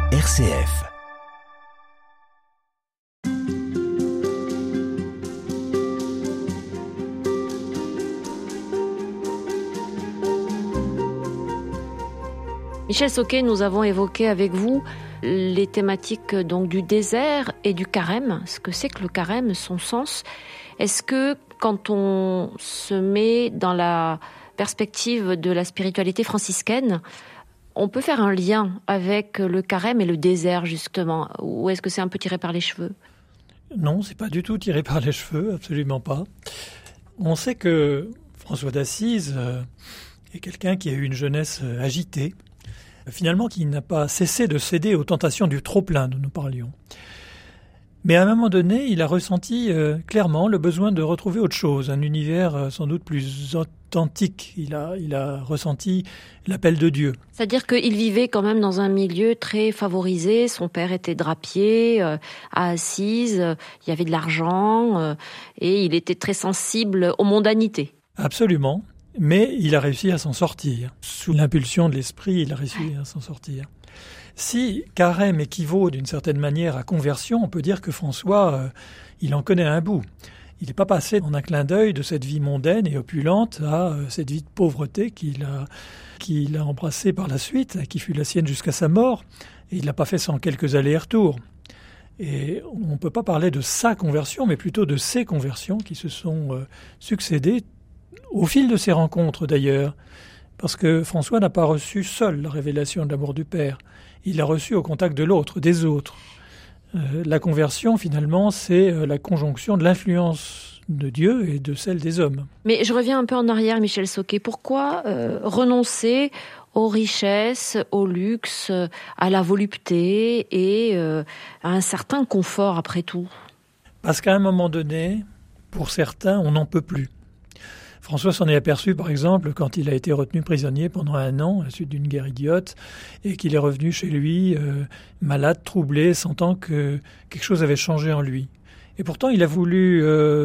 RCF. Michel Sauquet, nous avons évoqué avec vous les thématiques donc du désert et du carême. Ce que c'est que le carême, son sens. Est-ce que quand on se met dans la perspective de la spiritualité franciscaine, on peut faire un lien avec le carême et le désert justement, ou est-ce que c'est un peu tiré par les cheveux ? Non, c'est pas du tout tiré par les cheveux, absolument pas. On sait que François d'Assise est quelqu'un qui a eu une jeunesse agitée, finalement qui n'a pas cessé de céder aux tentations du trop-plein dont nous parlions. Mais à un moment donné, il a ressenti clairement le besoin de retrouver autre chose, un univers sans doute plus authentique. Il a ressenti l'appel de Dieu. C'est-à-dire qu'il vivait quand même dans un milieu très favorisé. Son père était drapier à Assise, il y avait de l'argent et il était très sensible aux mondanités. Absolument, mais il a réussi à s'en sortir. Sous l'impulsion de l'esprit, il a réussi à s'en sortir. Si carême équivaut d'une certaine manière à conversion, on peut dire que François, il en connaît un bout. Il n'est pas passé en un clin d'œil de cette vie mondaine et opulente à cette vie de pauvreté qu'il a embrassée par la suite, qui fut la sienne jusqu'à sa mort. Et il ne l'a pas fait sans quelques allers-retours. Et on ne peut pas parler de sa conversion, mais plutôt de ses conversions qui se sont succédées au fil de ses rencontres d'ailleurs. Parce que François n'a pas reçu seul la révélation de l'amour du Père. Il l'a reçu au contact de l'autre, des autres. La conversion, finalement, c'est la conjonction de l'influence de Dieu et de celle des hommes. Mais je reviens un peu en arrière, Michel Sauquet. Pourquoi renoncer aux richesses, au luxe, à la volupté et à un certain confort après tout ? Parce qu'à un moment donné, pour certains, on n'en peut plus. François s'en est aperçu, par exemple, quand il a été retenu prisonnier pendant 1 an, à la suite d'une guerre idiote, et qu'il est revenu chez lui, malade, troublé, sentant que quelque chose avait changé en lui. Et pourtant, il a voulu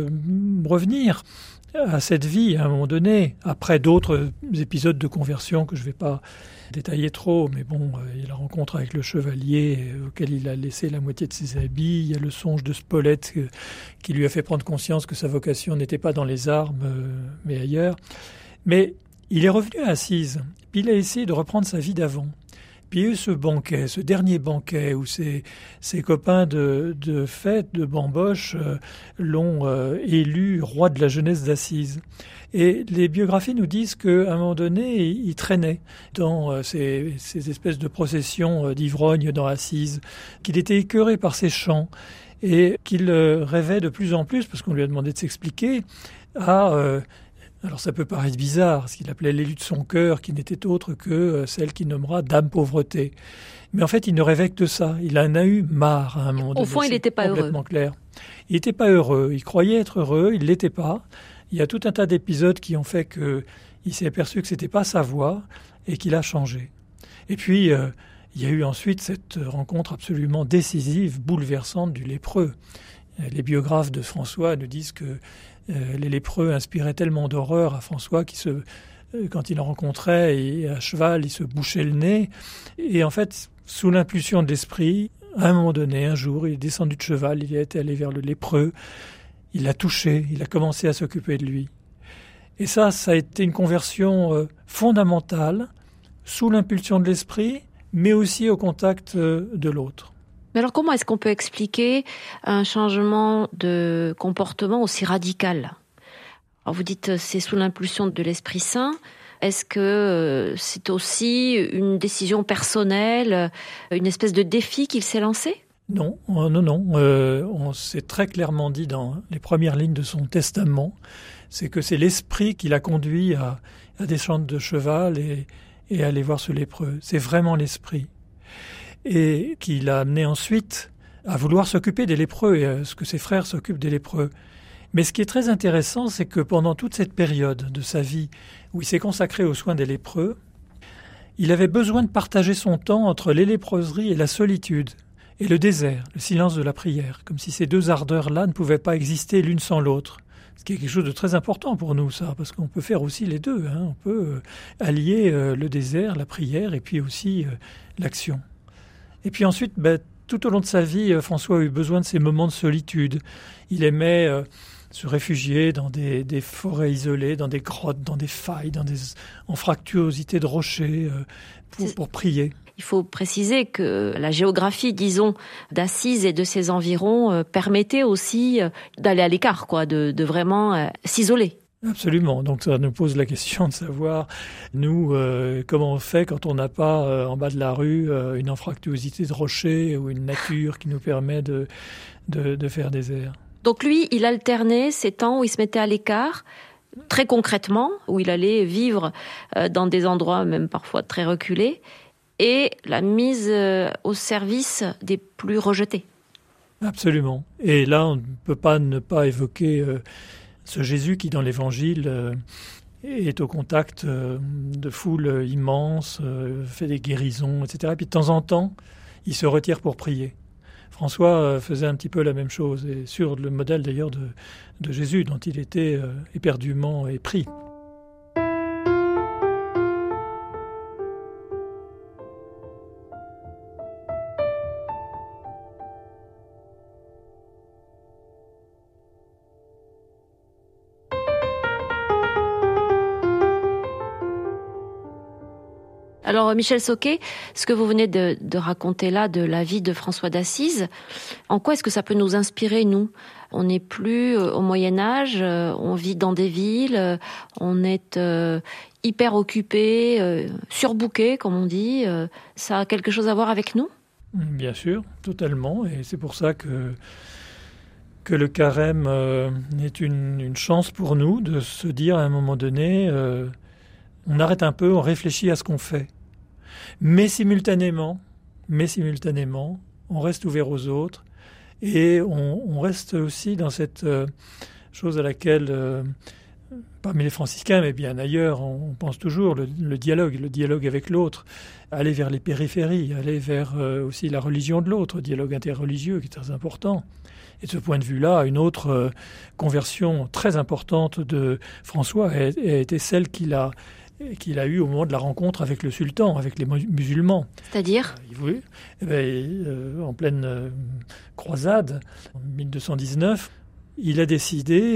revenir à cette vie à un moment donné, après d'autres épisodes de conversion que je ne vais pas détailler trop, mais bon, il y a la rencontre avec le chevalier auquel il a laissé la moitié de ses habits, il y a le songe de Spolète qui lui a fait prendre conscience que sa vocation n'était pas dans les armes, mais ailleurs. Mais il est revenu à Assise, puis il a essayé de reprendre sa vie d'avant. Puis il y a eu ce banquet, ce dernier banquet où ses copains de fête, de bamboche, l'ont élu roi de la jeunesse d'Assise. Et les biographies nous disent qu'à un moment donné, il traînait dans ces espèces de processions d'ivrognes dans Assise, qu'il était écœuré par ses chants et qu'il rêvait de plus en plus, parce qu'on lui a demandé de s'expliquer, alors ça peut paraître bizarre, ce qu'il appelait l'élu de son cœur, qui n'était autre que celle qu'il nommera Dame Pauvreté. Mais en fait, il ne rêvait que de ça. Il en a eu marre à un moment donné. Au fond, il n'était pas heureux. Complètement clair. Il n'était pas heureux. Il croyait être heureux, il ne l'était pas. Il y a tout un tas d'épisodes qui ont fait qu'il s'est aperçu que ce n'était pas sa voie et qu'il a changé. Et puis, il y a eu ensuite cette rencontre absolument décisive, bouleversante du lépreux. Les biographes de François nous disent que les lépreux inspiraient tellement d'horreur à François quand il en rencontrait, et à cheval, il se bouchait le nez. Et en fait, sous l'impulsion de l'esprit, à un moment donné, un jour, il est descendu de cheval, il est allé vers le lépreux, il l'a touché, il a commencé à s'occuper de lui. Et ça a été une conversion fondamentale, sous l'impulsion de l'esprit, mais aussi au contact de l'autre. Mais alors comment est-ce qu'on peut expliquer un changement de comportement aussi radical ? Alors vous dites c'est sous l'impulsion de l'Esprit Saint. Est-ce que c'est aussi une décision personnelle, une espèce de défi qu'il s'est lancé ? Non. On s'est très clairement dit dans les premières lignes de son testament, c'est que c'est l'esprit qui l'a conduit à descendre de cheval et à aller voir ce lépreux. C'est vraiment l'esprit. Et qui l'a amené ensuite à vouloir s'occuper des lépreux et à ce que ses frères s'occupent des lépreux. Mais ce qui est très intéressant, c'est que pendant toute cette période de sa vie où il s'est consacré aux soins des lépreux, il avait besoin de partager son temps entre les léproseries et la solitude, et le désert, le silence de la prière, comme si ces deux ardeurs-là ne pouvaient pas exister l'une sans l'autre. Ce qui est quelque chose de très important pour nous, ça, parce qu'on peut faire aussi les deux. On peut allier le désert, la prière, et puis aussi l'action. Et puis ensuite, tout au long de sa vie, François a eu besoin de ces moments de solitude. Il aimait se réfugier dans des forêts isolées, dans des grottes, dans des failles, en fractuosité de rochers, pour prier. Il faut préciser que la géographie, disons, d'Assise et de ses environs permettait aussi d'aller à l'écart, de vraiment s'isoler. Absolument. Donc ça nous pose la question de savoir, nous, comment on fait quand on n'a pas en bas de la rue une anfractuosité de rochers ou une nature qui nous permet de faire des airs. Donc lui, il alternait ces temps où il se mettait à l'écart, très concrètement, où il allait vivre dans des endroits même parfois très reculés, et la mise au service des plus rejetés. Absolument. Et là, on ne peut pas ne pas évoquer ce Jésus qui, dans l'Évangile, est au contact de foules immenses, fait des guérisons, etc. Et puis de temps en temps, il se retire pour prier. François faisait un petit peu la même chose, et sur le modèle d'ailleurs de Jésus, dont il était éperdument épris. Alors Michel Soquet, ce que vous venez de raconter là de la vie de François d'Assise, en quoi est-ce que ça peut nous inspirer, nous ? On n'est plus au Moyen-Âge, on vit dans des villes, on est hyper occupé, surbooké, comme on dit. Ça a quelque chose à voir avec nous ? Bien sûr, totalement. Et c'est pour ça que le carême est une chance pour nous de se dire à un moment donné, on arrête un peu, on réfléchit à ce qu'on fait. Mais simultanément, on reste ouvert aux autres et on reste aussi dans cette chose à laquelle, parmi les franciscains, mais bien ailleurs, on pense toujours, le dialogue avec l'autre, aller vers les périphéries, aller vers aussi la religion de l'autre, le dialogue interreligieux qui est très important. Et de ce point de vue-là, une autre conversion très importante de François a été celle qu'il a eue au moment de la rencontre avec le sultan, avec les musulmans. C'est-à-dire ? En pleine croisade, en 1219, il a décidé,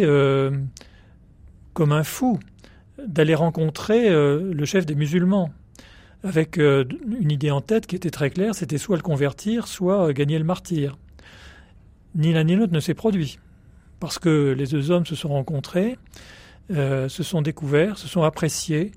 comme un fou, d'aller rencontrer le chef des musulmans, avec une idée en tête qui était très claire, c'était soit le convertir, soit gagner le martyre. Ni l'un ni l'autre ne s'est produit, parce que les deux hommes se sont rencontrés, se sont découverts, se sont appréciés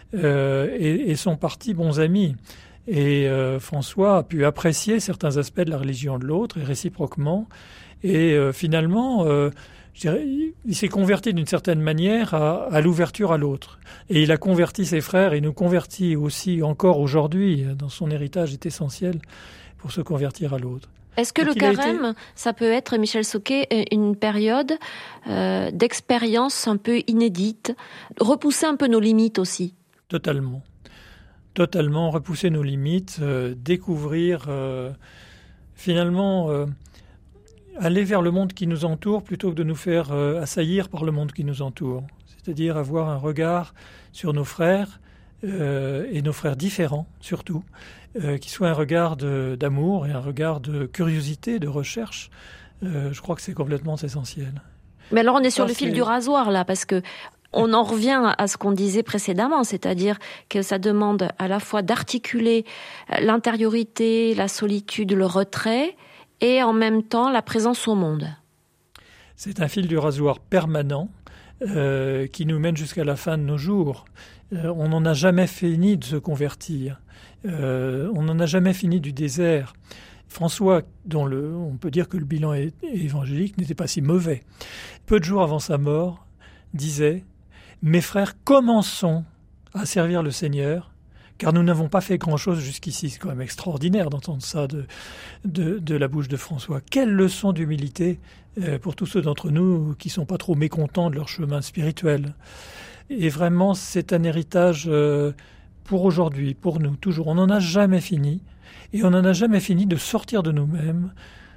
et sont partis bons amis. Et François a pu apprécier certains aspects de la religion de l'autre et réciproquement. Et finalement, je dirais, il s'est converti d'une certaine manière à l'ouverture à l'autre. Et il a converti ses frères et nous convertit aussi encore aujourd'hui. Dans son héritage est essentiel pour se convertir à l'autre. Est-ce que le carême, ça peut être, Michel Soquet, une période d'expérience un peu inédite, repousser un peu nos limites aussi ? Totalement, repousser nos limites, découvrir, finalement, aller vers le monde qui nous entoure plutôt que de nous faire assaillir par le monde qui nous entoure. C'est-à-dire avoir un regard sur nos frères, et nos frères différents surtout, qui soit un regard d'amour et un regard de curiosité, de recherche. Je crois que c'est complètement essentiel. Mais alors on est sur le fil du rasoir là, parce que on en revient à ce qu'on disait précédemment, c'est-à-dire que ça demande à la fois d'articuler l'intériorité, la solitude, le retrait, et en même temps la présence au monde. C'est un fil du rasoir permanent qui nous mène jusqu'à la fin de nos jours. On n'en a jamais fini de se convertir. On n'en a jamais fini du désert. François, dont on peut dire que le bilan évangélique n'était pas si mauvais, peu de jours avant sa mort, disait « Mes frères, commençons à servir le Seigneur, car nous n'avons pas fait grand-chose jusqu'ici. » C'est quand même extraordinaire d'entendre ça de la bouche de François. Quelle leçon d'humilité pour tous ceux d'entre nous qui ne sont pas trop mécontents de leur chemin spirituel. Et vraiment, c'est un héritage pour aujourd'hui, pour nous, toujours. On n'en a jamais fini. Et on n'en a jamais fini de sortir de nous-mêmes,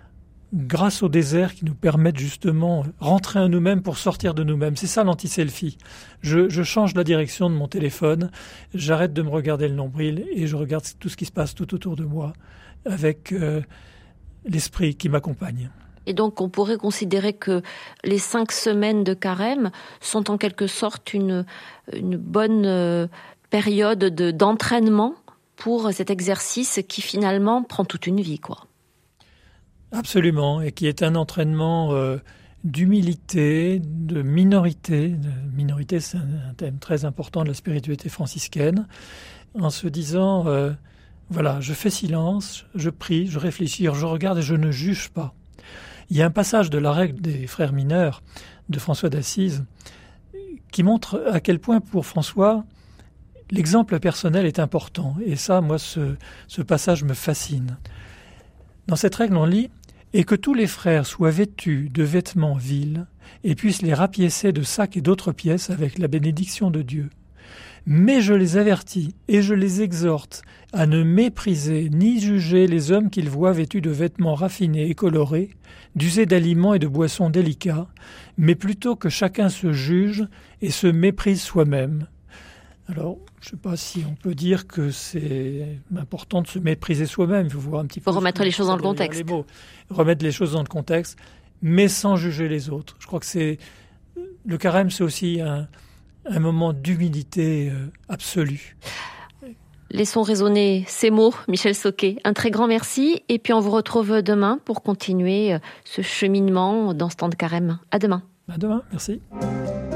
grâce au désert qui nous permettent justement rentrer en nous-mêmes pour sortir de nous-mêmes. C'est ça l'anti-selfie. Je change la direction de mon téléphone, j'arrête de me regarder le nombril et je regarde tout ce qui se passe tout autour de moi avec l'esprit qui m'accompagne. Et donc, on pourrait considérer que les 5 semaines de carême sont en quelque sorte une bonne période d'entraînement pour cet exercice qui finalement prend toute une vie, quoi. Absolument, et qui est un entraînement d'humilité, de minorité. Minorité, c'est un thème très important de la spiritualité franciscaine, en se disant, voilà, je fais silence, je prie, je réfléchis, je regarde et je ne juge pas. Il y a un passage de la règle des frères mineurs de François d'Assise qui montre à quel point pour François, l'exemple personnel est important. Et ça, moi, ce passage me fascine. Dans cette règle, on lit « Et que tous les frères soient vêtus de vêtements vils et puissent les rapiécer de sacs et d'autres pièces avec la bénédiction de Dieu. Mais je les avertis et je les exhorte à ne mépriser ni juger les hommes qu'ils voient vêtus de vêtements raffinés et colorés, d'user d'aliments et de boissons délicats, mais plutôt que chacun se juge et se méprise soi-même. » Alors, je ne sais pas si on peut dire que c'est important de se mépriser soi-même. Il faut voir un petit peu. Il faut remettre les choses dans le contexte. Remettre les choses dans le contexte, mais sans juger les autres. Je crois que le carême, c'est aussi un moment d'humilité absolue. Laissons résonner ces mots, Michel Sauquet. Un très grand merci. Et puis on vous retrouve demain pour continuer ce cheminement dans ce temps de carême. À demain. À demain, merci.